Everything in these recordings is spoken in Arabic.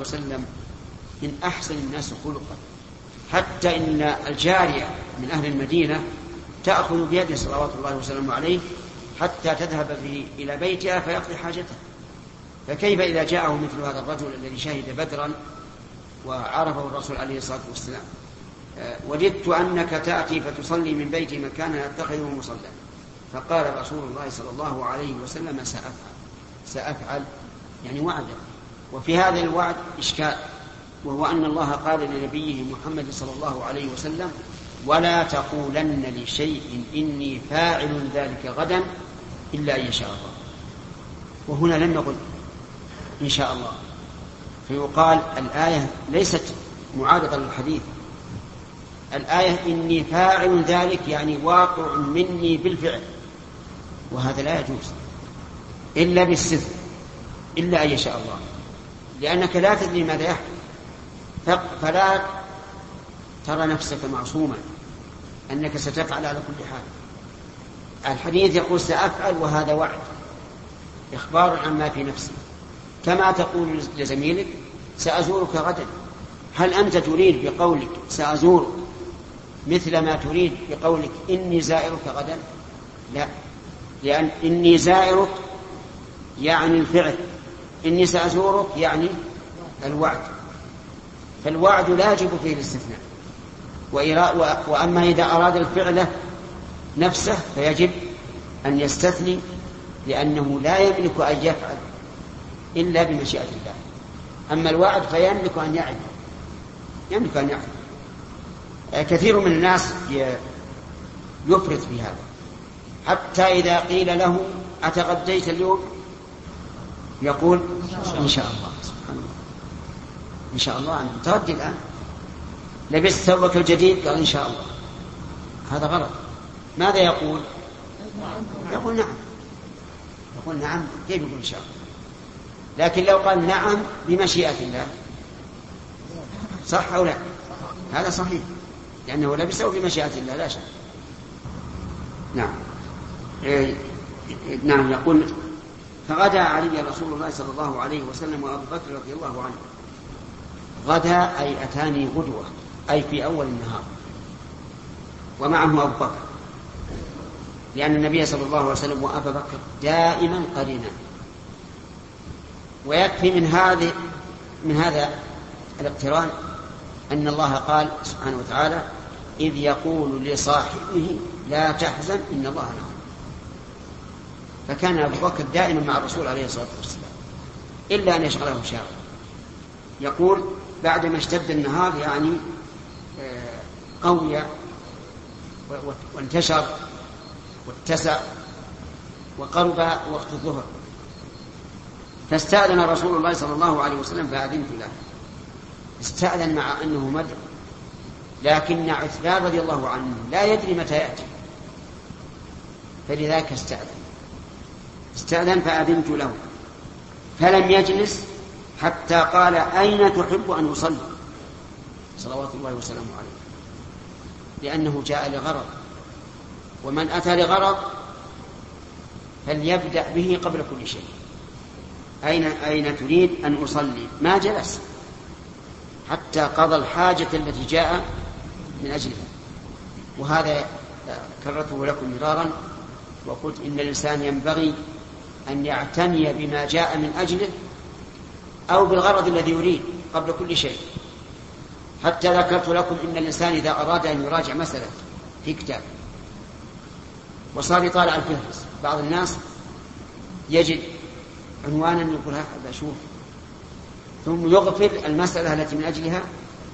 وسلم من أحسن الناس خلقا، حتى إن الجارية من أهل المدينة تأخذ بيده صلوات الله وسلامه عليه حتى تذهب به إلى بيتها فيقضي حاجته. فكيف إذا جاءه مثل هذا الرجل الذي شهد بدرا وعرفه الرسول عليه الصلاة والسلام؟ وجدت أنك تأتي فتصلي من بيتي مكانا أتخذه مصلى. فقال رسول الله صلى الله عليه وسلم سأفعل يعني وعدا. وفي هذا الوعد إشكال، وهو أن الله قال لنبيه محمد صلى الله عليه وسلم: ولا تقولن لشيء إني فاعل ذلك غدا إلا أن يشاء الله. وهنا لم نقل إن شاء الله، فيقال الآية ليست معارضة للحديث. الآية إني فاعل ذلك يعني واقع مني بالفعل، وهذا لا يجوز إلا بالاستثناء، إلا أن يشاء الله، لأنك لا تدري ماذا يحدث، فلا ترى نفسك معصوما أنك ستفعل على كل حال. الحديث يقول سأفعل، وهذا وعد إخبار عما في نفسي، كما تقول لزميلك سأزورك غدا. هل أنت تريد بقولك سأزورك مثل ما تريد بقولك إني زائرك غدا؟ لا، لأن إني زائرك يعني الفعل، إني سأزورك يعني الوعد، فالوعد لا يجب فيه الاستثناء. وأما إذا أراد الفعل نفسه فيجب أن يستثني، لأنه لا يملك أن يفعل إلا بمشيئة الله. أما الوعد فيملك أن يعد، يملك أن يعد. كثير من الناس يفرط في هذا، حتى إذا قيل له أتغديت اليوم يقول إن شاء الله. سبحان الله، إن شاء الله أنا متغدي الآن. لبست ثوبك الجديد قال إن شاء الله. هذا غلط. ماذا يقول؟ يقول نعم. يقول نعم، كيف يقول إن شاء الله؟ لكن لو قال نعم بمشيئة الله صح أو لا؟ هذا صحيح، لأنه لبسه بمشيئة الله لا شك. نعم. نعم. يقول فغدا علي رسول الله صلى الله عليه وسلم وأبو بكر رضي الله عنه. غدا أي أتاني غدوة، أي في أول النهار، ومعه أبو بكر، لأن النبي صلى الله عليه وسلم وأبا بكر دائما قرينا. ويكفي من هذا الاقتران أن الله قال سبحانه وتعالى: إذ يقول لصاحبه لا تحزن إن الله معنا. فكان أبو بكر دائما مع الرسول عليه الصلاة والسلام إلا أن يشغله شاغل. يقول بعدما اشتد النهار يعني قوي وانتشر واتسع وقرب وقت الظهر، فاستأذن رسول الله صلى الله عليه وسلم فأذنت له. استأذن مع أنه مدعو، لكن عثمان رضي الله عنه لا يدري متى يأتي، فلذلك استأذن فأذنت له، فلم يجلس حتى قال: أين تحب أن أصلي؟ صلوات الله وسلامه عليه، لأنه جاء لغرض، ومن أتى لغرض فليبدأ به قبل كل شيء. أين تريد أن أصلي؟ ما جلس حتى قضى الحاجة التي جاء من أجلها. وهذا كررته لكم مرارا، وقلت إن الإنسان ينبغي أن يعتني بما جاء من أجله أو بالغرض الذي يريد قبل كل شيء. حتى ذكرت لكم إن الإنسان إذا أراد أن يراجع مسألة في كتاب وصار يطالع الفهرس، بعض الناس يجد عنوانا يقول هكذا أشوف، ثم يغفل المسألة التي من أجلها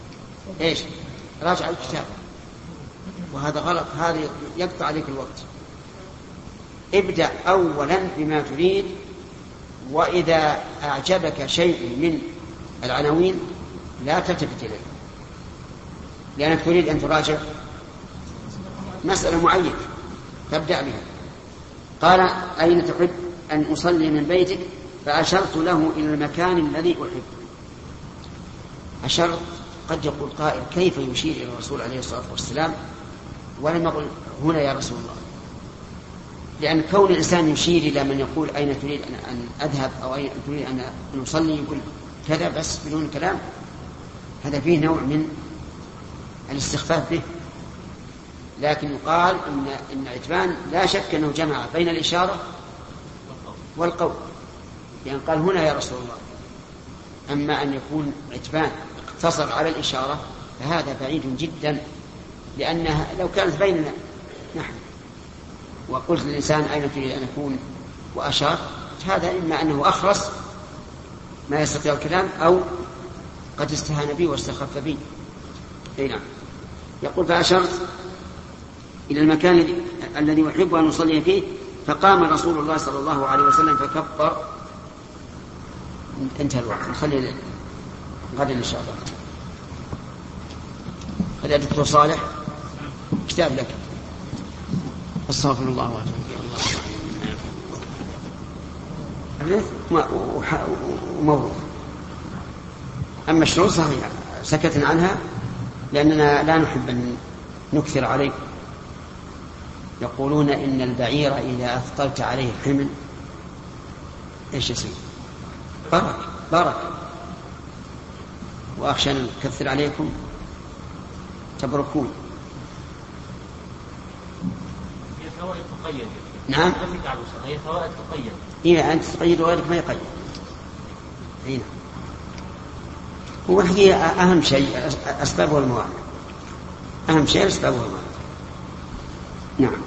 راجع الكتاب، وهذا غلط، هذا يقطع عليك الوقت. ابدأ أولا بما تريد، وإذا أعجبك شيء من العناوين لا تلتفت إليه، لأنك تريد أن تراجع مسألة معينة تبدأ بها. قال: أين تحب أن أصلي من بيتك؟ فأشرت له إلى المكان الذي أحب. أشرت، قد يقول قائل: كيف يشير إلى الرسول عليه الصلاة والسلام ولم يقل هنا يا رسول الله؟ لأن كون الإنسان يشير إلى من يقول أين تريد أن أذهب أو أين تريد أن أصلي، يقول كذا بس بدون كلام، هذا فيه نوع من الاستخفاف به. لكن يقال إن عتبان لا شك أنه جمع بين الإشارة والقول، يعني قال هنا يا رسول الله. أما أن يكون عتبان اقتصر على الإشارة فهذا بعيد جدا، لأنها لو كانت بيننا نحن وقلت للإنسان أين تريد أن أكون وأشار، هذا إما أنه أخرس ما يستطيع الكلام أو قد استهان بي واستخف بي. نعم. يقول فأشرت إلى المكان الذي أحب أن أصلي فيه، فقام رسول الله صلى الله عليه وسلم فكبر. انتهى الوقت، نخلي غدا إن شاء الله. هذا دكتور صالح كتاب لك. استغفر الله وموضوع. أما الشروط صحيحة سكتنا عنها لأننا لا نحب أن نكثر عليه. يقولون إن البعير إذا أثقلت عليه الحمل إيش يصير؟ بارك. وأخشى أن نكثر عليكم تبركون. هي فوائد تقيد. نعم. هي فوائد تقيد. إيه أنت تقيد وغيرك ما يقيد. هنا هو هي أهم شيء أسباب والموانع. أهم شيء أسباب والموانع. نعم.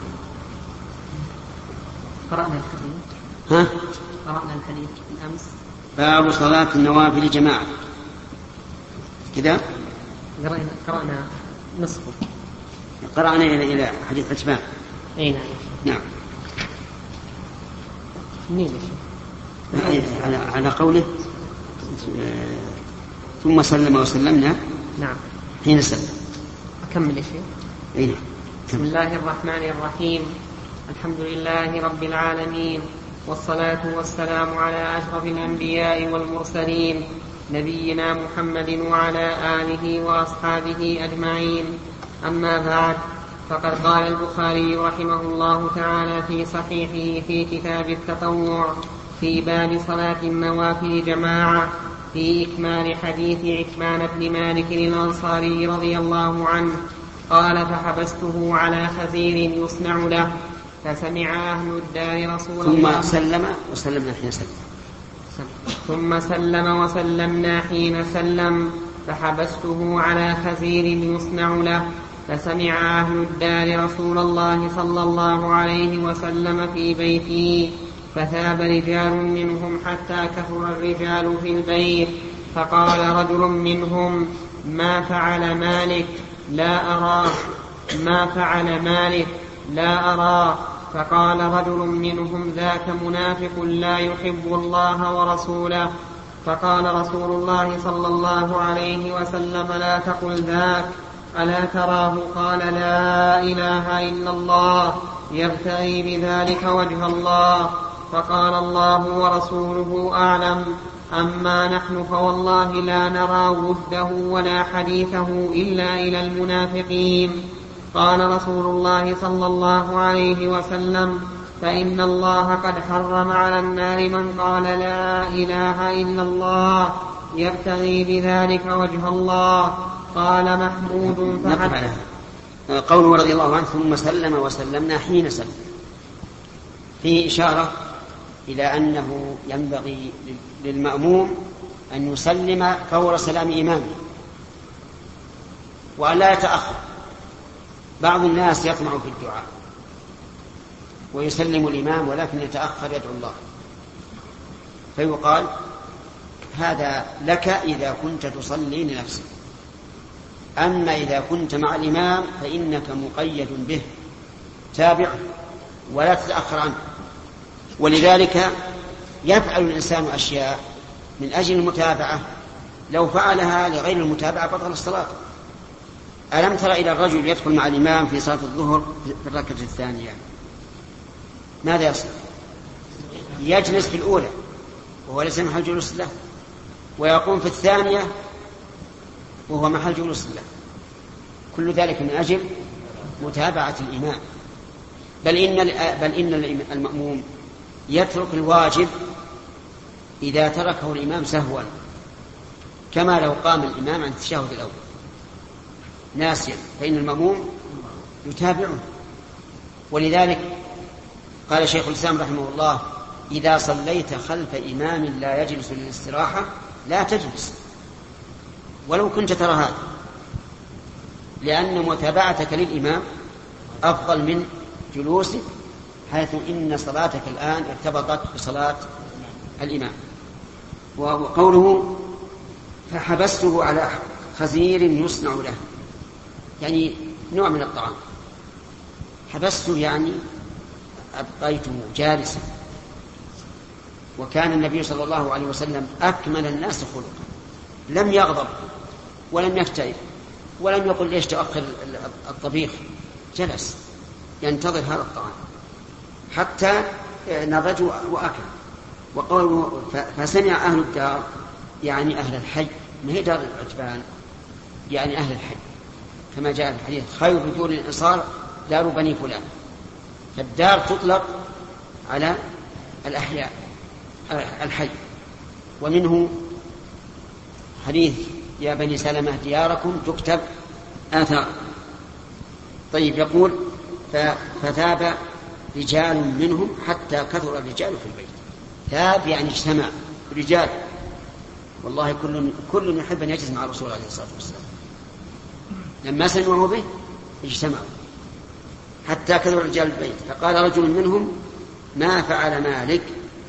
قرأنا الحديث. ها؟ قرأنا الحديث الأمس. باب صلاة النوافل جماعة. كذا؟ قرأنا نصفه. قرأنا إلى حديث عتبان. أي نعم. نعم. منين؟ على قوله ثم سلم وسلمنا. نعم. حين سلم. أكمل يا شيخ. أي نعم. بسم الله الرحمن الرحيم. الحمد لله رب العالمين، والصلاة والسلام على أشرف الأنبياء والمرسلين نبينا محمد وعلى آله وأصحابه أجمعين. أما بعد، فقد قال البخاري رحمه الله تعالى في صحيحه في كتاب التطوع في باب صلاة النوافل جماعة في إكمال حديث عثمان بن مالك الأنصاري رضي الله عنه قال فحبسته على خزير يصنع له فسمع أهل الدار رسول الله ثم سلم وسلمنا حين سلم فحبسته على خزير يصنع له فسمع أهل الدار رسول الله صلى الله عليه وسلم في بيته فثاب رجال منهم حتى كثر الرجال في البيت فقال رجل منهم ما فعل مالك لا أراه فقال رجل منهم ذاك منافق لا يحب الله ورسوله فقال رسول الله صلى الله عليه وسلم لا تقل ذاك ألا تراه قال لا إله إلا الله يبتغي بذلك وجه الله فقال الله ورسوله أعلم أما نحن فوالله لا نرى وده ولا حديثه إلا إلى المنافقين قال رسول الله صلى الله عليه وسلم فإن الله قد حرم على النار من قال لا إله إلا الله يبتغي بذلك وجه الله قال محمود قوله رضي الله عنه ثم سلم وسلمنا حين سلم فيه إشارة إلى أنه ينبغي للمأموم أن يسلم فور سلام إمامه وأن لا يتأخر. بعض الناس يطمع في الدعاء ويسلم الإمام ولكن يتأخر يدعو الله، فيقال هذا لك إذا كنت تصلي لنفسك، أما إذا كنت مع الإمام فإنك مقيد به، تابعه ولا تتأخر عنه. ولذلك يفعل الإنسان أشياء من أجل المتابعة لو فعلها لغير المتابعة بطل الصلاة. ألم تر إلى الرجل يدخل مع الإمام في صلاة الظهر في الركعة الثانية ماذا يصنع؟ يجلس في الأولى وهو ليس محل جلوس له، ويقوم في الثانية وهو محل جلوس له، كل ذلك من أجل متابعة الإمام. بل إن المأموم يترك الواجب إذا تركه الإمام سهوا كما لو قام الإمام عن التشهد الأول ناسيا فإن المأموم يتابعه. ولذلك قال شيخ الإسلام رحمه الله: إذا صليت خلف إمام لا يجلس للاستراحة لا تجلس ولو كنت ترى هذا، لأن متابعتك للإمام أفضل من جلوسك، حيث إن صلاتك الآن ارتبطت بصلاة الإمام. وقوله: فحبسته على خزير يصنع له، يعني نوع من الطعام. حبسته يعني أبقيته جالسا. وكان النبي صلى الله عليه وسلم أكمل الناس خلقا، لم يغضب ولم يكتئب ولم يقل ليش تأخر الطبيخ، جلس ينتظر هذا الطعام حتى نضج وأكل. وقوله: فسمع أهل الدار، يعني أهل الحي، ما هي دار العتبان، يعني أهل الحي، كما جاء في الحديث: خير رجول الإنصار دار بني فلان. فالدار تطلق على الأحياء الحي. ومنه حديث: يا بني سلمة دياركم تكتب آثار. طيب، يقول: فثاب رجال منهم حتى كثر الرجال في البيت. ثاب يعني اجتمع رجال، والله كل يحب أن يجلس مع الرسول عليه الصلاة والسلام. لما سمعوا به اجتمعوا حتى كثر الرجال في البيت. فقال رجل منهم: ما فعل مالك؟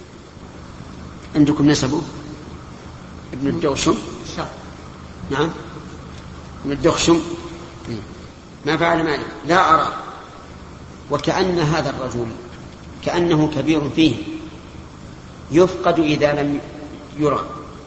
عندكم نسبه ابن الدوشم؟ نعم، ابن الدخشم. ما فعل مالك؟ لا أرى. وكأن هذا الرجل كأنه كبير فيه، يفقد إذا لم يرى.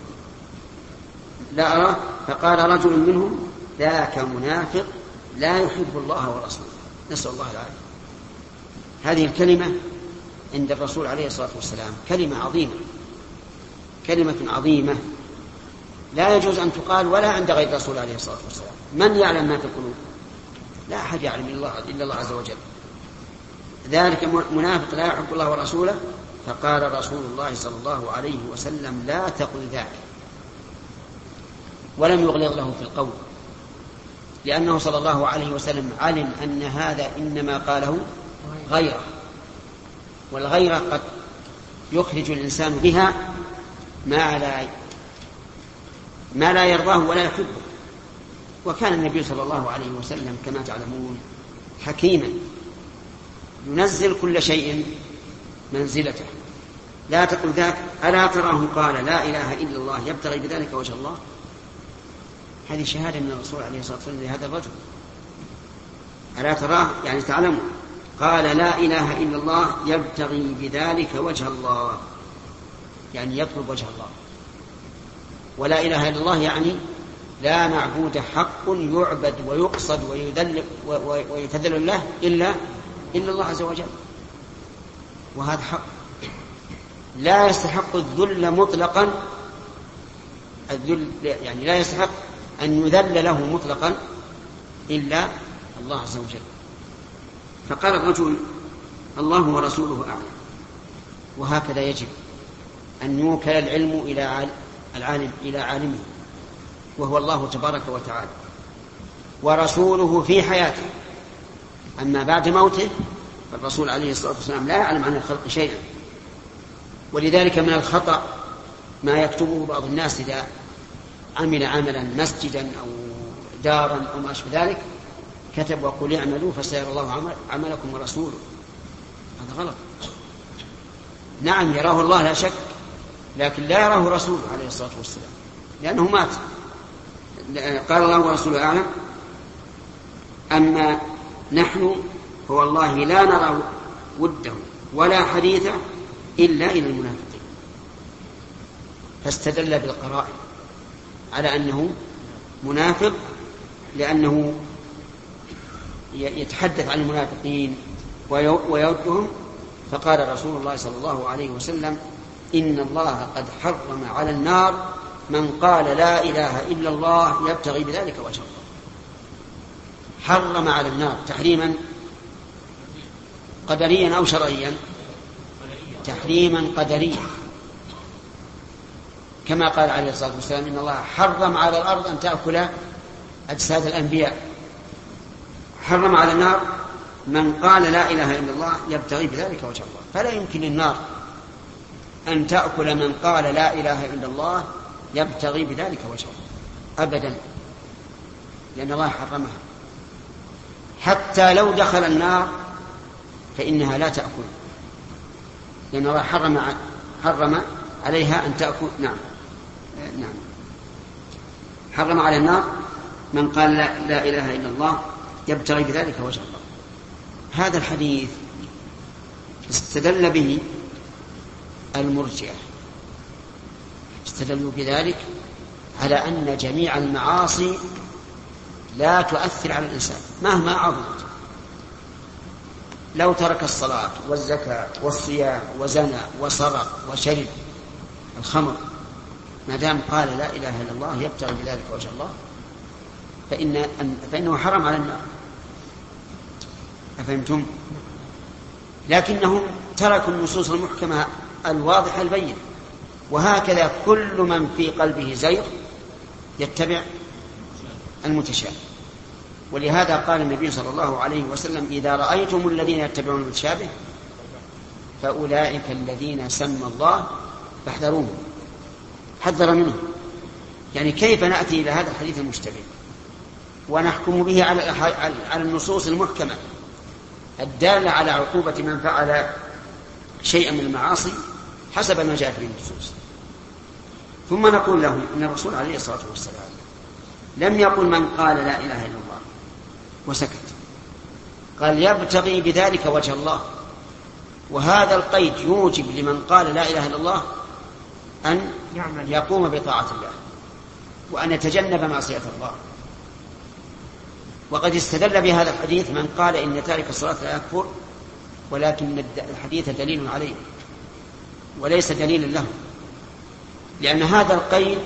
لا أرى. فقال رجل منهم: ذاك منافق لا يحب الله ورسوله. نسأل الله العافية. هذه الكلمة عند الرسول عليه الصلاة والسلام كلمة عظيمة، كلمة عظيمة لا يجوز أن تقال ولا عند غير الرسول عليه الصلاة والسلام. من يعلم ما في القلوب؟ لا أحد يعلم إلا الله عز وجل. ذلك منافق لا يحب الله ورسوله. فقال رسول الله صلى الله عليه وسلم: لا تقل ذاك. ولم يغلظ له في القول، لأنه صلى الله عليه وسلم علم أن هذا إنما قاله غيرة، والغيرة قد يخرج الإنسان بها ما لا يرضاه ولا يحبه. وكان النبي صلى الله عليه وسلم كما تعلمون حكيما، ينزل كل شيء منزلته. لا تقل ذاك. ألا تراه قال لا إله إلا الله يبتغي بذلك وجه الله؟ هذه شهادة من الرسول عليه الصلاة والسلام لهذا الرجل. ألا تراه يعني تعلموا، قال لا إله إلا الله يبتغي بذلك وجه الله، يعني يطلب وجه الله. ولا إله إلا الله يعني لا معبود حق يعبد ويقصد ويتذل له إلا الله عز وجل. وهذا حق لا يستحق الذل مطلقا. الذل يعني لا يستحق أن يذل له مطلقا إلا الله عز وجل. فقال الرجل: الله ورسوله أعلم. وهكذا يجب أن يوكل العلم إلى عالمه، وهو الله تبارك وتعالى، ورسوله في حياته. أما بعد موته فالرسول عليه الصلاة والسلام لا يعلم عن الخلق شيئا. ولذلك من الخطأ ما يكتبه بعض الناس إذا عمل عملا مسجدا أو دارا أو ما أشبه ذلك، كتب: وقل اعملوا فسيرى الله عملكم ورسوله. هذا غلط. نعم يراه الله لا شك، لكن لا يراه رسوله عليه الصلاة والسلام، لأنه مات. قال الله ورسوله أعلم. أما نحن فوالله لا نرى وده ولا حديثه إلا إلى المنافقين. فاستدل بالقرائن على أنه منافق، لأنه يتحدث عن المنافقين ويودهم. فقال رسول الله صلى الله عليه وسلم: إن الله قد حرم على النار من قال لا إله إلا الله يبتغي بذلك وجه الله. حرم على النار تحريما قدريا أو شرعيا؟ تحريما قدريا. كما قال عليه الصلاة والسلام إن الله حرم على الأرض أن تأكل أجساد الأنبياء، حرم على النار من قال لا إله إلا الله يبتغي بذلك وجه الله. فلا يمكن للنار أن تأكل من قال لا إله إلا الله يبتغي بذلك وجه الله أبدا، لأن الله حرمها. حتى لو دخل النار فإنها لا تأكل، لأن الله حرم عليها أن تأكل. نعم حرم على النار من قال لا إله إلا الله يبتغي بذلك وجه الله. هذا الحديث استدل به المرجئة، استدلوا بذلك على أن جميع المعاصي لا تؤثر على الإنسان مهما عظمت. لو ترك الصلاة والزكاة والصيام وزنى وسرق وشرب الخمر ما دام قال لا إله إلا الله يبتغي بذلك وجه الله فإنه حرم على النار. أفهمتم؟ لكنهم تركوا النصوص المحكمة الواضحة البينة، وهكذا كل من في قلبه زيغ يتبع المتشابه. ولهذا قال النبي صلى الله عليه وسلم إذا رأيتم الذين يتبعون المتشابه فأولئك الذين سمى الله فاحذروهم، حذر منهم. يعني كيف نأتي إلى هذا الحديث المشتبه ونحكم به على النصوص المحكمة الدالة على عقوبة من فعل شيئا من المعاصي حسب ما جاء في النصوص؟ ثم نقول له إن الرسول عليه الصلاة والسلام لم يقل من قال لا إله إلا الله وسكت، قال يبتغي بذلك وجه الله. وهذا القيد يوجب لمن قال لا إله إلا الله أن يقوم بطاعة الله وأن يتجنب معصية الله. وقد استدل بهذا الحديث من قال إن تارك الصلاة لا يكفر، ولكن الحديث دليل عليه وليس دليلا له، لأن هذا القيد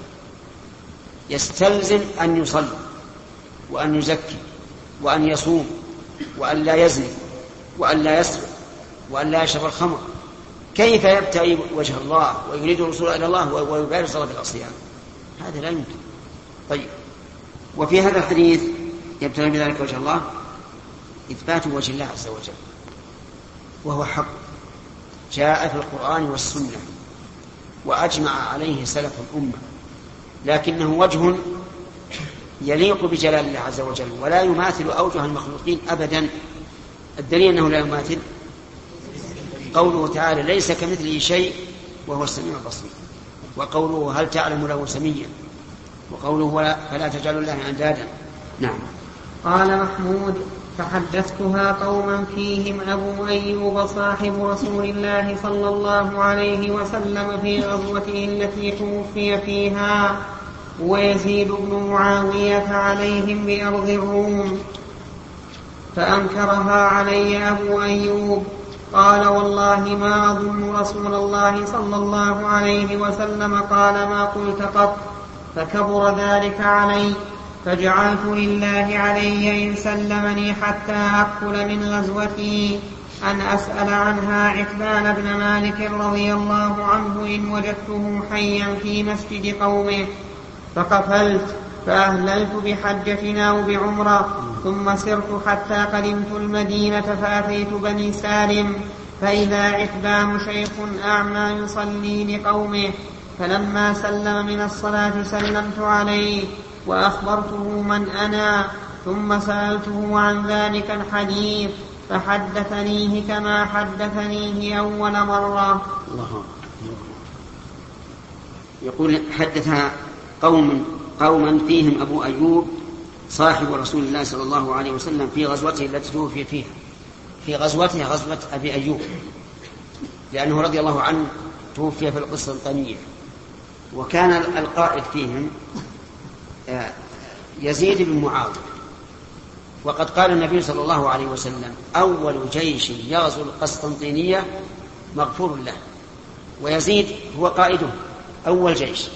يستلزم أن يصلي وأن يزكي وأن يصوم وأن لا يزني وأن لا يسرق وأن لا يشرب الخمر. كيف يبتغي وجه الله ويريد الوصول إلى الله ويبالغ صلاة العصيان؟ هذا لا يمكن. طيب، وفي هذا الحديث يبتغي بذلك وجه الله إثبات وجه الله عز وجل، وهو حق جاء في القرآن والسنة وأجمع عليه سلف الأمة، لكنه وجه يليق بجلال الله عز وجل ولا يماثل أوجه المخلوقين أبدا. الدليل أنه لا يماثل قوله تعالى ليس كمثله شيء وهو السميع البصير، وقوله هل تعلم له سميا، وقوله فلا تجعلوا الله أندادا. نعم. قال محمود فحدثتها قوما فيهم أبو أيوب صاحب رسول الله صلى الله عليه وسلم في غزوته التي توفي فيها، ويزيد بن معاوية عليهم بأرض الروم، فأنكرها علي أبو أيوب. قال والله ما أظن رسول الله صلى الله عليه وسلم قال ما قلت قط، فكبر ذلك علي، فجعلت لله علي إن سلمني حتى أأكل من غزوتي أن أسأل عنها عتبان بن مالك رضي الله عنه إن وجدته حيا في مسجد قومه. فقفلت فأهللت بحجتنا وبعمرة، ثم سرت حتى قدمت المدينة فأتيت بني سالم، فإذا عتبان شيخ أعمى يصلي لقومه، فلما سلم من الصلاة سلمت عليه وأخبرته من أنا، ثم سألته عن ذلك الحديث فحدثنيه كما حدثنيه أول مرة. الله. يقول حدثها قوما فيهم أبو أيوب صاحب رسول الله صلى الله عليه وسلم في غزوته التي توفي فيها، في غزوته غزوة أبي أيوب، لأنه رضي الله عنه توفي في القسطنطينية، وكان القائد فيهم يزيد بن معاوية. وقد قال النبي صلى الله عليه وسلم أول جيش يغزو القسطنطينية مغفور له، ويزيد هو قائده أول جيش.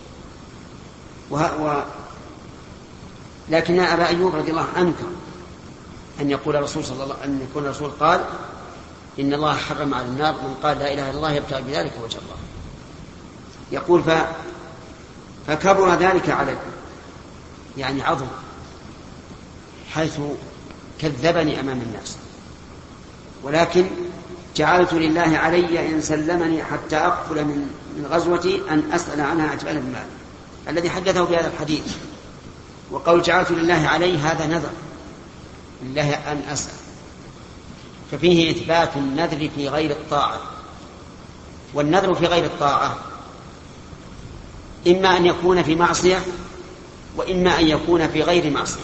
لكن أبا أيوب رضي الله أنكر أن يكون الرسول قال إن الله حرم على النار من قال لا إله إلا الله يبتغي بذلك وجه الله. يقول فكبر ذلك علي، يعني عظم، حيث كذبني أمام الناس. ولكن جعلت لله علي إن سلمني حتى أقفل من غزوتي أن أسأل عنها عتبان بن مالك الذي حدثه بهذا الحديث. وقول جعلت لله علي هذا نذر لله أن أسأل، ففيه إثبات النذر في غير الطاعة. والنذر في غير الطاعة إما أن يكون في معصية وإما أن يكون في غير معصية.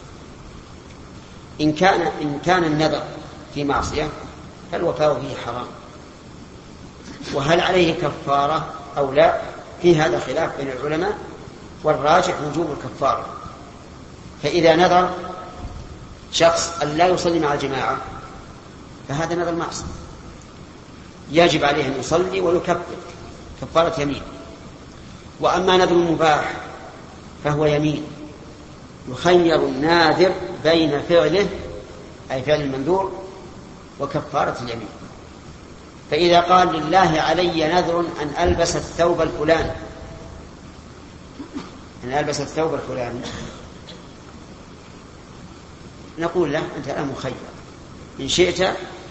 إن كان النذر في معصية فالوفاء به حرام، وهل عليه كفارة أو لا؟ في هذا خلاف بين العلماء، والراجح وجوب الكفارة. فإذا نذر شخص أن لا يصلي مع الجماعة فهذا نذر معصية، يجب عليه أن يصلي ويكفر كفارة يمين. وأما نذر مباح فهو يمين، يخير الناذر بين فعله أي فعل المنذور وكفارة اليمين. فإذا قال لله علي نذر أن ألبس الثوب الفلاني، نقول له أنت الآن مخير، إن شئت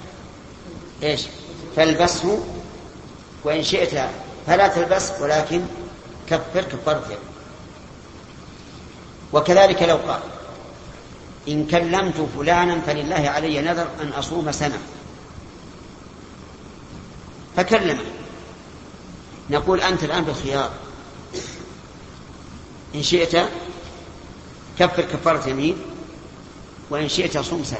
فالبسه، وإن شئت فلا تلبس ولكن كفر كفارة يمين. وكذلك لو قال إن كلمت فلانا فلله علي نذر أن أصوم سنة، فكلمه، نقول أنت الآن بالخيار، إن شئت كفر كفارة يمين، وإن شئت صوم سنة،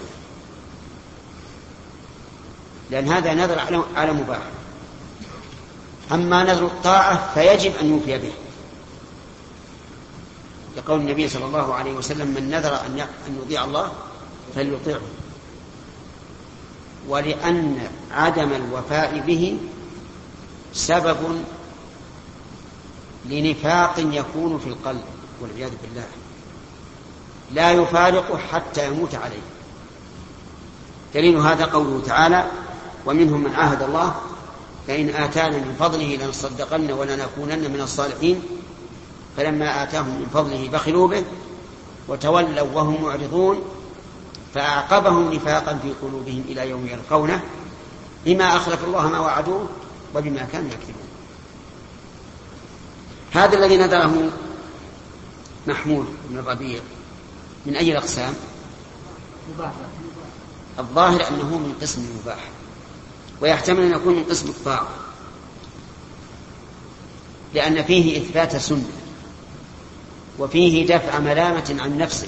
لأن هذا نذر على مباح. أما نذر الطاعة فيجب أن يوفي به، لقول النبي صلى الله عليه وسلم من نذر أن يطيع الله فليطيعه. ولأن عدم الوفاء به سبب لنفاق يكون في القلب والعياذ بالله، لا يفارقه حتى يموت عليه. دليل هذا قوله تعالى ومنهم من عاهد الله لئن آتانا من فضله لنصدقن ولنكونن من الصالحين فلما آتاهم من فضله بخلوا به وتولوا وهم معرضون فأعقبهم نفاقا في قلوبهم إلى يوم يلقونه بما أخلف الله ما وعدوه وبما كانوا يكذبون. هذا الذي نذره محمود بن الربيع من أي الأقسام؟ الظاهر أنه من قسم المباح، ويحتمل أن يكون من قسم الطاعة، لأن فيه إثبات سنة وفيه دفع ملامة عن نفسه،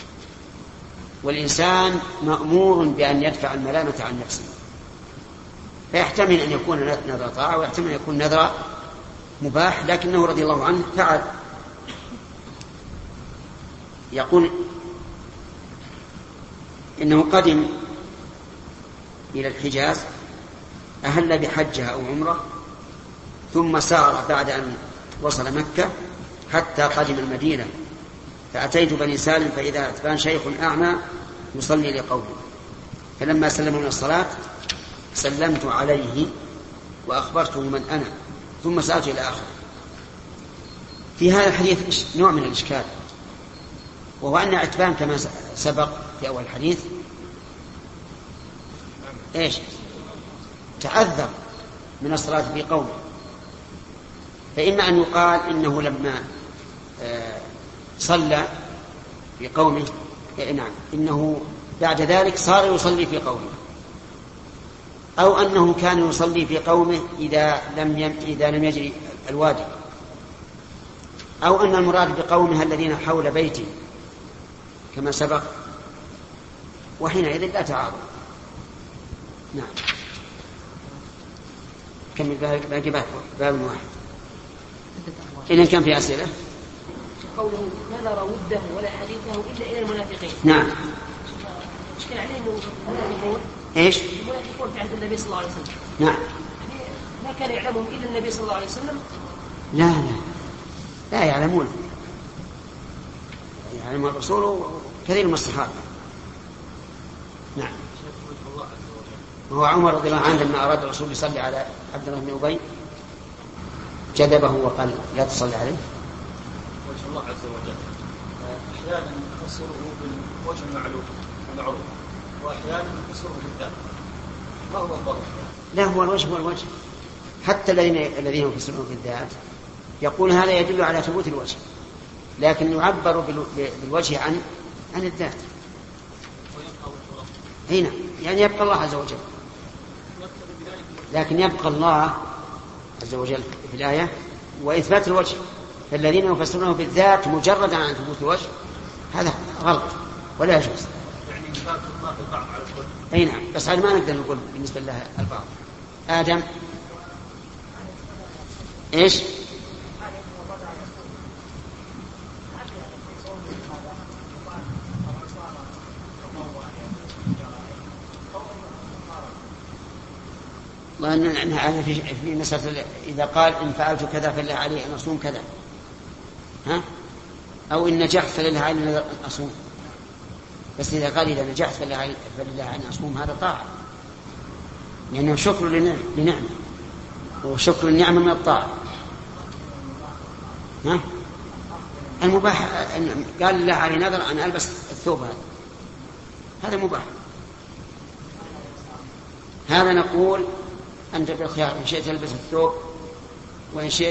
والإنسان مأمور بأن يدفع الملامة عن نفسه، فيحتمل أن يكون نذر طاعة ويحتمل أن يكون نذر مباح، لكنه رضي الله عنه فعل. يقول إنه قدم إلى الحجاز، أهل بحجة أو عمرة، ثم سار بعد أن وصل مكة حتى قدم المدينة، فأتيت بني سالم فإذا عتبان شيخ أعمى يصلي لقومه، فلما سلم من الصلاة سلمت عليه وأخبرته من أنا، ثم سألت إلى آخر. في هذا الحديث نوع من الإشكال، وهو أن عتبان كما سبق في أول الحديث تعذر من الصلاة في قومه، فإما أن يقال إنه لما صلى في قومه نعم إنه بعد ذلك صار يصلي في قومه، أو أنه كان يصلي في قومه إذا لم يجري الوادي، أو أن المراد بقومه الذين حول بيته كما سبق، وحينئذ لا تعارض. نعم كم باقي باب واحد. إذن كان في أسئلة؟ قوله نذر وده ولا حديثه إلا إلى المنافقين. نعم. اشكال عليه المنافقون. إيش؟ المنافقون في عهد النبي صلى الله عليه وسلم. نعم. ما كان يعلمهم إلا النبي صلى الله عليه وسلم. لا يعلمون، يعلم الرسول كثير من الصحابة. نعم. وهو عمر رضي الله عنه لما أراد الرسول يصلي على عبد الله بن أبي جذبه وقال لا تصلي عليه. وجه الله عز وجل أحيانا نفسره بالوجه المعروف وأحيانا نفسره بالذات، ما هو الضابط؟ لا، هو الوجه والوجه. حتى الذين يفسرون بالذات يقول هذا يدل على ثبوت الوجه، لكن يعبر بالوجه عن الذات. هنا يعني يبقى الله عز وجل، لكن يبقى الله عز وجل في الآية وإثبات الوجه. فالذين يفسرونه بالذات مجردا عن ثبوت الوجه هذا غلط ولا يجوز. يعني إثبات الله البعض على الكل. أي نعم، بس هذا ما نقدر نقول بالنسبة لها البعض. آدم إيش؟ الله أنها في مسألة إذا قال إن فعلت كذا فلله علي أن أصوم كذا، ها؟ أو إن نجحت فلله علي أن أصوم. بس إذا قال إذا نجحت فلله علي أن أصوم هذا طاعة، لأنه شكر لنعمة، وشكر النعمة من الطاعة. ها؟ المباح قال الله علي نذر أن ألبس الثوب هذا مباح. هذا نقول أنت بالخيار، إن شئت تلبس الثوب وإن شئت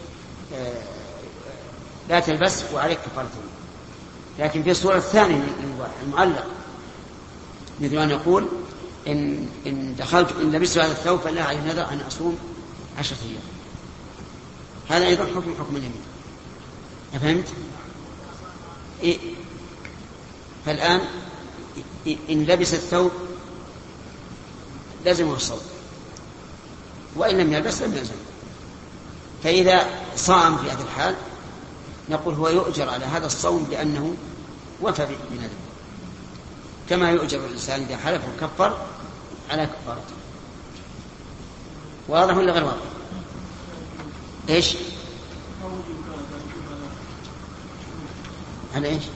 لا تلبس وعليك كفارة. لكن في الصورة الثانية المعلق مثل أن يقول إن دخلت إن لبست هذا الثوب فلا علي نذر أن أصوم 10 أيام. هذا أيضا حكم اليمين. فهمت؟ فالآن إن لبس الثوب لازمه الصوم، وإن لم يلبس لم يلزم. فإذا صام في هذا الحال نقول هو يؤجر على هذا الصوم لأنه وفى بنذره، كما يؤجر الإنسان إذا حلف وكفر على كفارته. واضح ولا غير واضح؟ إيش؟ على إيش؟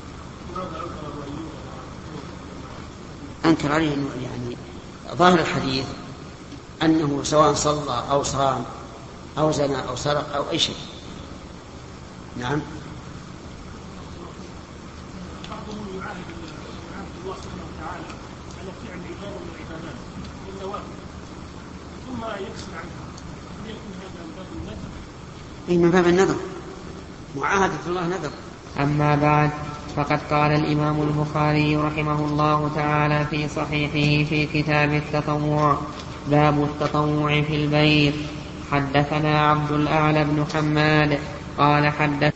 أنكر عليه أنه يعني ظاهر الحديث أنه سواء صلى أو صام أو زنى أو سرق أو أي شيء. نعم. بعضهم يعاهد الله سبحانه وتعالى على فعل عبادة من العبادات بالنوافل ثم يكسر عنها، يكون هذا من باب النذر. أي من باب النذر، معاهدة الله نذر. أما بعد، فقد قال الإمام البخاري رحمه الله تعالى في صحيحه في كتاب التطوع: باب التطوع في البيت. حدثنا عبد الأعلى بن حماد قال حدثنا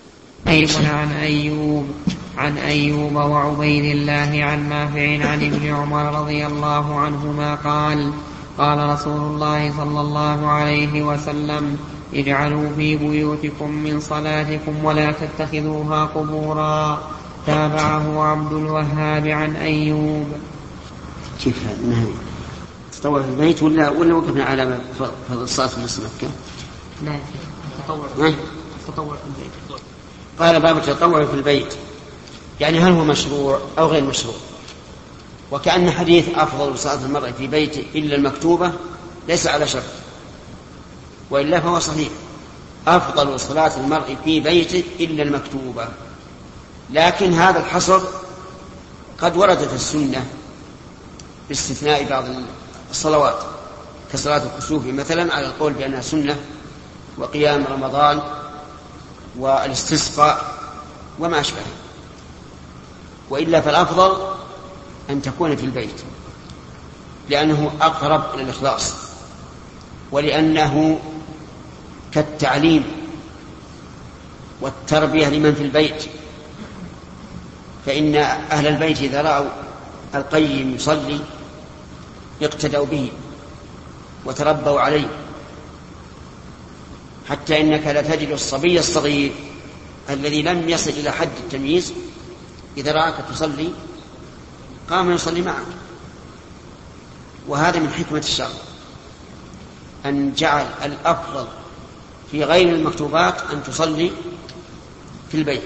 عن أيوب وعبيد الله عن نافع عن ابن عمر رضي الله عنهما قال: قال رسول الله صلى الله عليه وسلم: اجعلوا في بيوتكم من صلاتكم ولا تتخذوها قبورا. تابعه عبد الوهاب عن أيوب. كيف هذا؟ تطوع في البيت ولا وقفنا على فضل الصلاة في نص مكة؟ لا، التطوع في البيت. قال باب التطوع في البيت، يعني هل هو مشروع أو غير مشروع؟ وكأن حديث أفضل صلاة المرء في بيته إلا المكتوبة ليس على شرط، وإلا فهو صحيح: أفضل صلاة المرء في بيته إلا المكتوبة. لكن هذا الحصر قد وردت السنة باستثناء بعض الصلوات كصلاة الكسوف مثلا على القول بأنها سنة، وقيام رمضان والاستسقاء وما أشبه. وإلا فالأفضل أن تكون في البيت، لأنه أقرب إلى الإخلاص، ولأنه كالتعليم والتربية لمن في البيت. فإن أهل البيت إذا رأوا القيم يصلي اقتدوا به وتربوا عليه، حتى إنك لا تجد الصبي الصغير الذي لم يصل إلى حد التمييز إذا رأك تصلي قام يصلي معك. وهذا من حكمة الشرع أن جعل الأفضل في غير المكتوبات أن تصلي في البيت.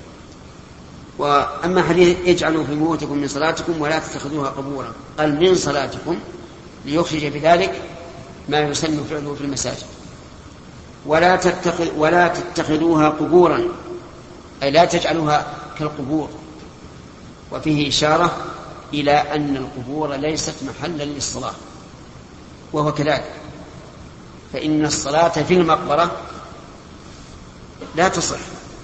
وأما حديث اجعلوا في بيوتكم من صلاتكم ولا تتخذوها قبورا، قال من صلاتكم ليخرج بذلك ما يسن فعله في المساجد. ولا تتخذوها قبورا، أي لا تجعلوها كالقبور. وفيه إشارة إلى أن القبور ليست محلا للصلاة، وهو كذلك، فإن الصلاة في المقبرة لا تصح،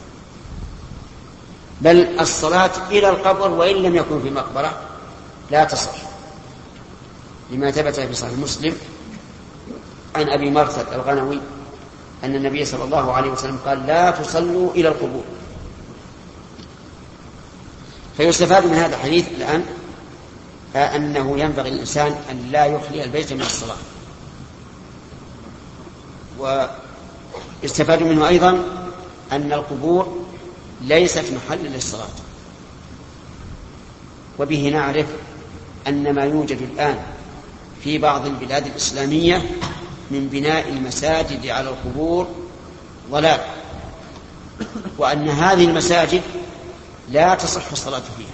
بل الصلاة إلى القبر وإن لم يكن في مقبرة لا تصح، لما ثبت في صحيح مسلم عن أبي مرثد الغنوي أن النبي صلى الله عليه وسلم قال: لا تصلوا إلى القبور. فيستفاد من هذا الحديث الآن أنه ينبغي للإنسان أن لا يخلي البيت من الصلاة. ويستفاد منه أيضا أن القبور ليست محلا للصلاة. وبه نعرف أن ما يوجد الآن في بعض البلاد الإسلامية من بناء المساجد على القبور ضلال، وأن هذه المساجد لا تصح الصلاة فيها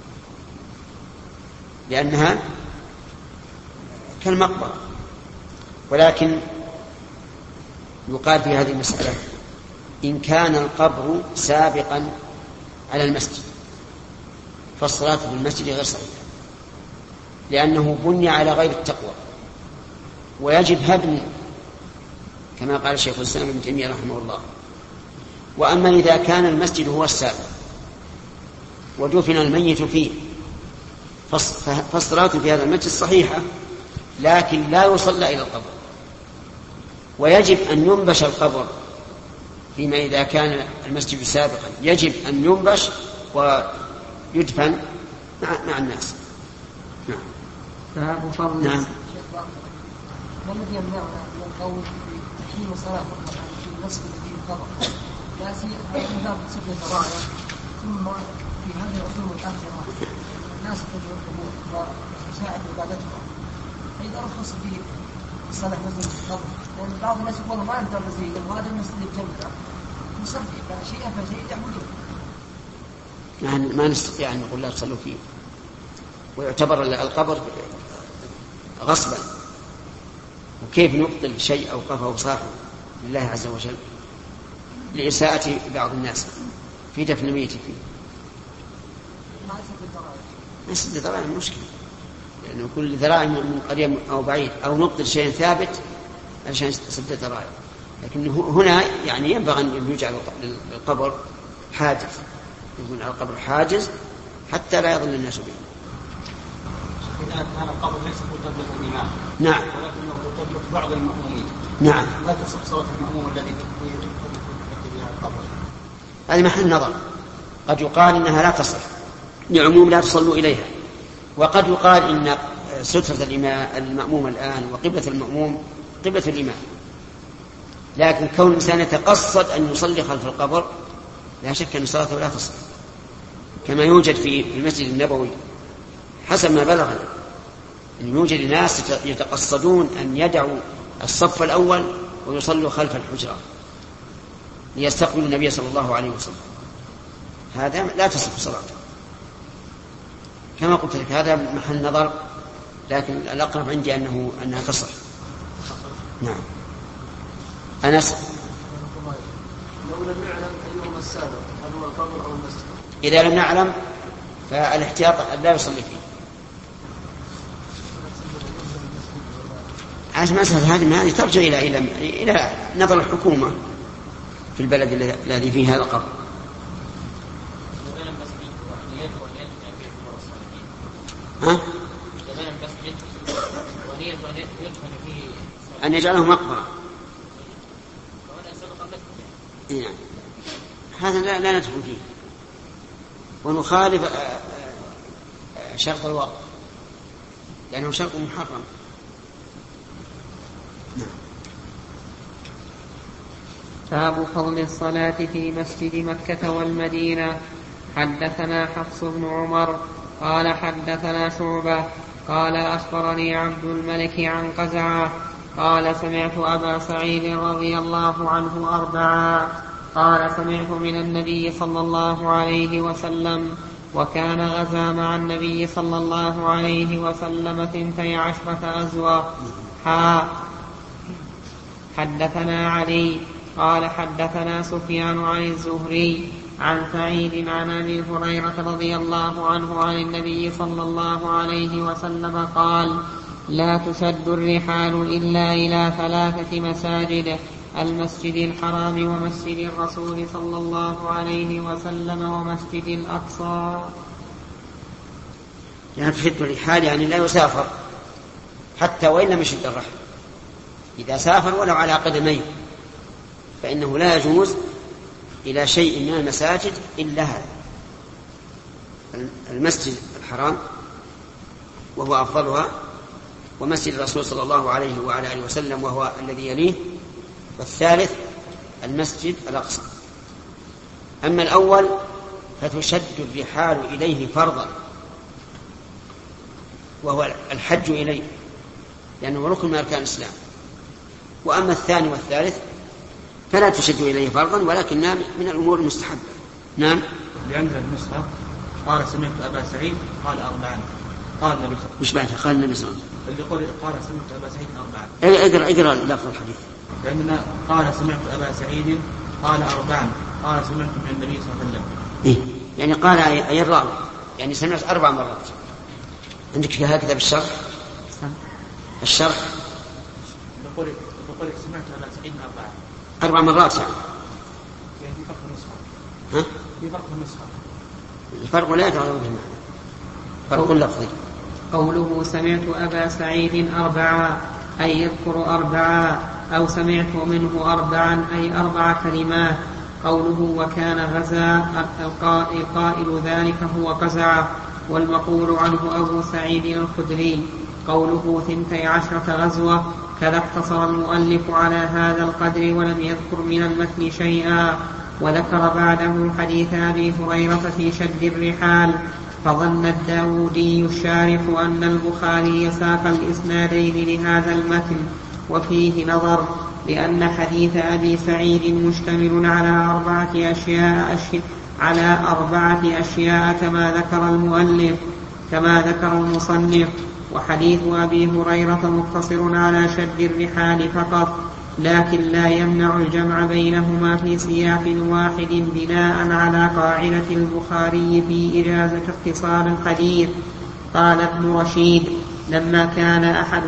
لأنها كالمقبرة. ولكن يقال في هذه المسألة: إن كان القبر سابقا على المسجد فالصلاة في المسجد غير صحيحة، لأنه بني على غير التقوى ويجب هدمه كما قال الشيخ الإسلام ابن تيمية رحمه الله. وأما إذا كان المسجد هو السابق ودفن الميت فيه فالصلاة في هذا المسجد صحيحة، لكن لا يصلى إلى القبر، ويجب أن ينبش القبر فيما إذا كان المسجد سابقا، يجب أن ينبش ويدفن مع الناس. نعم. نعم. ما الذي يمنعنا من القول بتحريم الصلاة في المسجد فيه القبر، لا سيما من باب سد الذرائع، ثم في هذه العصور الآخرة الناس تجوا القبور وتساعد عبادتهم، فإذا رخص فيه الصلاة مسجد القبر، لأن بعض الناس يقول ما أنت مسجد وهذا المسجد الجنة نصلي فشيئا فشيء يعبدون. يعني ما نستطيع أن نقول لا تصلوا فيه، ويعتبر القبر غصبا. وكيف نبطل شيء أوقفه صاحب لله عز وجل لإساءة بعض الناس في دفن الميت فيه؟ ما سد الذرائع مشكلة، لأنه كل ذرائع من قريب أو بعيد، أو نبطل شيء ثابت عشان سد الذرائع. لكن هنا يعني ينبغي أن يجعل القبر حاجز، يكون على القبر حاجز حتى لا يضل الناس به. إذا كان القبر ليس مرتبط بالإمام، نعم، ولكنه مرتبط بعض المأمومين، نعم، لا تصح صلاة المأموم الذي يرتكب بها القبر. هذه محل نظر. قد يقال إنها لا تصح لعموم لا تصلوا إليها، وقد يقال إن سترة المأموم الآن وقبلة المأموم قبلة الإمام، لكن كون الإنسان يتقصد أن يصلي خلف القبر لا شك أن صلاته لا تصح، كما يوجد في المسجد النبوي حسب ما بلغنا أن يوجد ناس يتقصدون أن يدعوا الصف الأول ويصلوا خلف الحجرة ليستقبلوا النبي صلى الله عليه وسلم. هذا لا تصح صلاته كما قلت لك، هذا محل نظر، لكن الأقرب عندي أنها تصح. نعم. أنس: لو لم نعلم أيهما السابق هل هو القبر أو المسجد؟ إذا لم نعلم فالاحتياط لا يصلي فيه. عشان مسألة هذه ترجع إلى نظر الحكومة في البلد الذي فيه هذا القبر. أن يجعله مقبرة، يعني هذا لا ندخل فيه ونخالف شرط الوقت لأنه شرط محرم. باب فضل الصلاة في مسجد مكة والمدينة. حدثنا حفص بن عمر قال حدثنا شعبة قال أخبرني عبد الملك عن قزعة قال سمعت أبا سعيد رضي الله عنه أربعا قال سمعت من النبي صلى الله عليه وسلم وكان غزا مع النبي صلى الله عليه وسلم 12 غزوة. حدثنا علي قال حدثنا سفيان عن الزهري عن سعيد عن أبي هريرة رضي الله عنه عن النبي صلى الله عليه وسلم قال: لا تشد الرحال إلا إلى 3 مساجد: المسجد الحرام ومسجد الرسول صلى الله عليه وسلم ومسجد الأقصى. يعني تشد الرحال يعني لا يسافر حتى وإن لم يشد الرحل، إذا سافر ولو على قدميه فإنه لا يجوز إلى شيء من المساجد إلا هذا: المسجد الحرام وهو أفضلها، ومسجد الرسول صلى الله عليه وعلى آله وسلم وهو الذي يليه، والثالث المسجد الأقصى. أما الأول فتشد الرحال إليه فرضا وهو الحج إليه لأنه ركن من أركان الإسلام، وأما الثاني والثالث فلا تشد إليه فرضا ولكنها من الأمور المستحبة. نعم. لعند النسخة قال: سمعت أبا سعيد قال 4. قال النبي مش بعدها قال النبي صلى الله عليه وسلم قال: سمعت أبا سعيد 4. اقرأ لفظ الحديث. لأننا قال: سمعت أبا سعيد قال 4. قال: سمعت من النبي صلى الله عليه وسلم. إيه؟ يعني قال أي الراوي، يعني سمعت 4 مرات. عندك هكذا بالشرح؟ الشرح يقول سمعت أبا سعيد 4 مرات يعني في فرق النسخة. ها؟ في فرق النسخة. الفرق لا يتعلم به، فرق لفظي. قوله سمعت أبا سعيد 4 أي يذكر 4، أو سمعت منه 4 أي 4 كلمات. قوله وكان غزا القائل ذلك هو قزع، والمقول عنه أبو سعيد الخدري. قوله 12 غزوة، كذا اقتصر المؤلف على هذا القدر ولم يذكر من المتن شيئا، وذكر بعده حديث أبي هريرة في شد الرحال. فظن الداودي الشارح أن البخاري ساق الإسنادين لهذا المتن، وفيه نظر، لأن حديث أبي سعيد مشتمل على 4 أشياء كما ذكر المصنف، وحديث أبي هريرة مقتصر على شد الرحال فقط، لكن لا يمنع الجمع بينهما في سياق واحد بناء على قاعدة البخاري في إجازة اختصار الحديث. قال ابن رشيد: لما كان أحد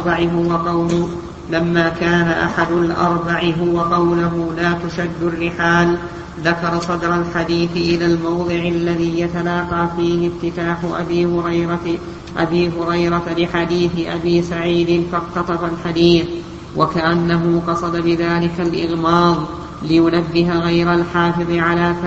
الأربع هو قوله لا تشد الرحال، ذكر صدر الحديث إلى الموضع الذي يتلاقى فيه افتتاح أبي هريرة لحديث أبي سعيد، فاقتطف الحديث، وكأنه قصد بذلك الإغماض لينبه غير الحافظ على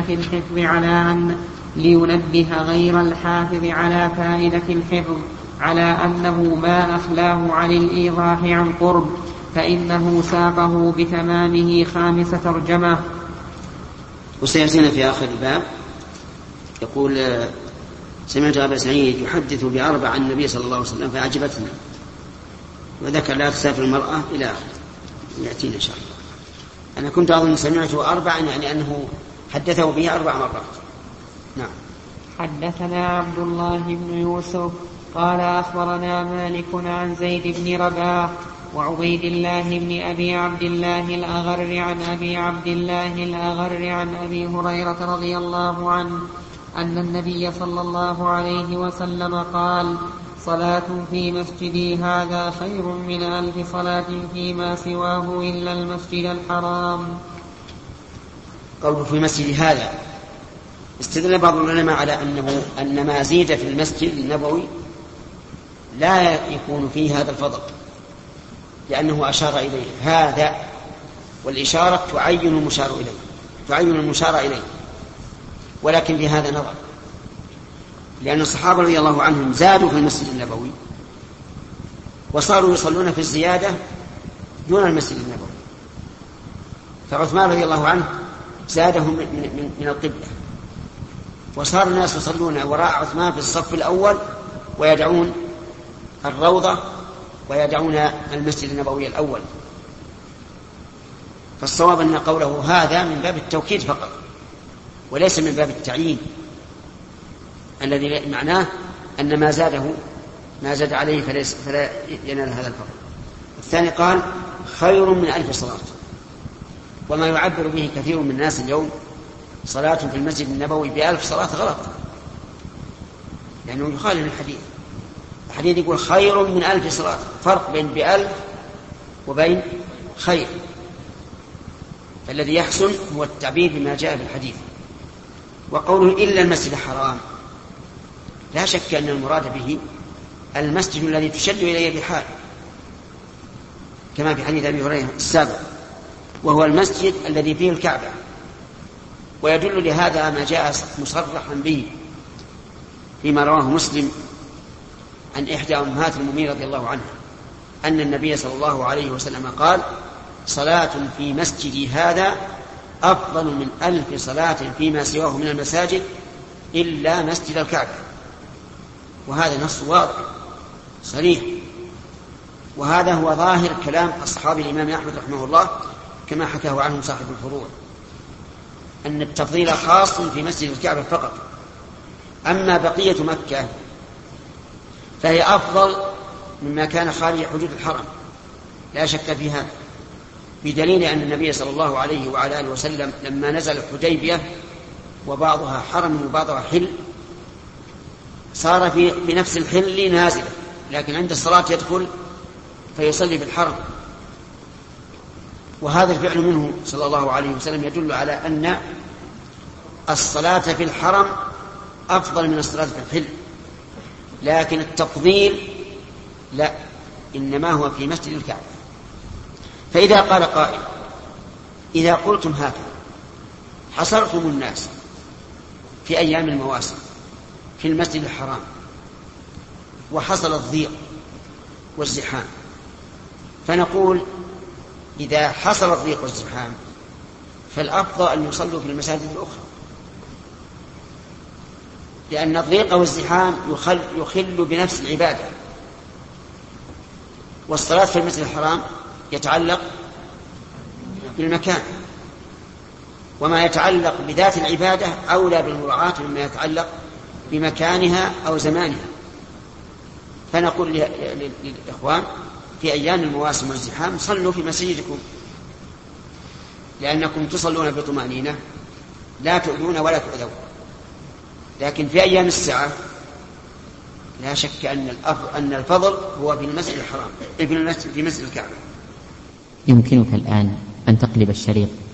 فائدة الحفظ على أنه ما أخلاه عن الإيضاح عن قرب، فإنه ساقه بتمامه 5 ترجمة. وسيأتينا في آخر الباب يقول: سمعت أبا سعيد يحدث ب4 عن النبي صلى الله عليه وسلم فأعجبتنا، وذكر لا تسافر المرأة إلى آخر، يأتينا إن شاء الله. أنا كنت أظن سمعته 4 يعني أنه حدثه به 4 مرات. نعم. حدثنا عبد الله بن يوسف قال أخبرنا مالك عن زيد بن رباح وعبيد الله بن أبي عبد الله الأغر عن أبي عبد الله الأغر عن أبي هريرة رضي الله عنه أن النبي صلى الله عليه وسلم قال: صلاة في مسجدي هذا خير من 1000 صلاة فيما سواه إلا المسجد الحرام. قوله في مسجد هذا، استدل بعض العلماء على أن ما زيد في المسجد النبوي لا يكون فيه هذا الفضل، لأنه أشار إليه هذا، والإشارة تعين المشار إليه، ولكن في هذا نظر، لأن الصحابة رضي الله عنهم زادوا في المسجد النبوي وصاروا يصلون في الزيادة دون المسجد النبوي. فعثمان رضي الله عنه زادهم من القبلة، وصار الناس يصلون وراء عثمان في الصف الأول ويدعون الروضة ويدعون المسجد النبوي الأول. فالصواب أن قوله هذا من باب التوكيد فقط وليس من باب التعيين، الذي معناه أن ما زاد عليه فلا ينال هذا الفضل. الثاني قال خير من 1000 صلاة، وما يعبر به كثير من الناس اليوم صلاة في المسجد النبوي ب1000 صلاة غلط، لأنه يخالف الحديث. الحديث يقول خير من 1000 صلاة، فرق بين ب1000 وبين خير. فالذي يحسن هو التعبير بما جاء في الحديث. وقوله إلا المسجد الحرام، لا شك أن المراد به المسجد الذي تشد إليه الرحال، كما في حديث أبي هريرة السابق، وهو المسجد الذي فيه الكعبة. ويدل لهذا ما جاء مصرحا به فيما رواه مسلم عن إحدى أمهات المؤمنين رضي الله عنها أن النبي صلى الله عليه وسلم قال: صلاة في مسجدي هذا أفضل من 1000 صلاة فيما سواه من المساجد إلا مسجد الكعبة. وهذا نص واضح صريح، وهذا هو ظاهر كلام أصحاب الإمام أحمد رحمه الله كما حكاه عنهم صاحب الفروع، أن التفضيل خاص في مسجد الكعبة فقط. أما بقية مكة فهي أفضل مما كان خارج حدود الحرم، لا شك في هذا، بدليل أن النبي صلى الله عليه وعلى آله وسلم لما نزل الحديبية وبعضها حرم وبعضها حل، صار في نفس الحل نازلا، لكن عند الصلاة يدخل فيصلي في الحرم. وهذا الفعل منه صلى الله عليه وسلم يدل على أن الصلاة في الحرم أفضل من الصلاة في الحل، لكن التفضيل لا، إنما هو في مسجد الكعبة. فإذا قال قائل: إذا قلتم هكذا حصرتم الناس في أيام المواسم في المسجد الحرام وحصل الضيق والزحام، فنقول إذا حصل الضيق والزحام فالأفضل أن يصلوا في المساجد الأخرى، لأن الضيق والزحام يخل بنفس العبادة، والصلاة في المسجد الحرام يتعلق بالمكان، وما يتعلق بذات العبادة أولى بالمراعاة مما يتعلق بمكانها أو زمانها. فنقول للإخوان في أيام المواسم والزحام صلوا في مسجدكم، لأنكم تصلون بطمأنينة لا تؤذون ولا تؤذون. لكن في أيام الساعة لا شك أن الفضل هو في المسجد الحرام، في مسجد الكعبة. يمكنك الآن أن تقلب الشريط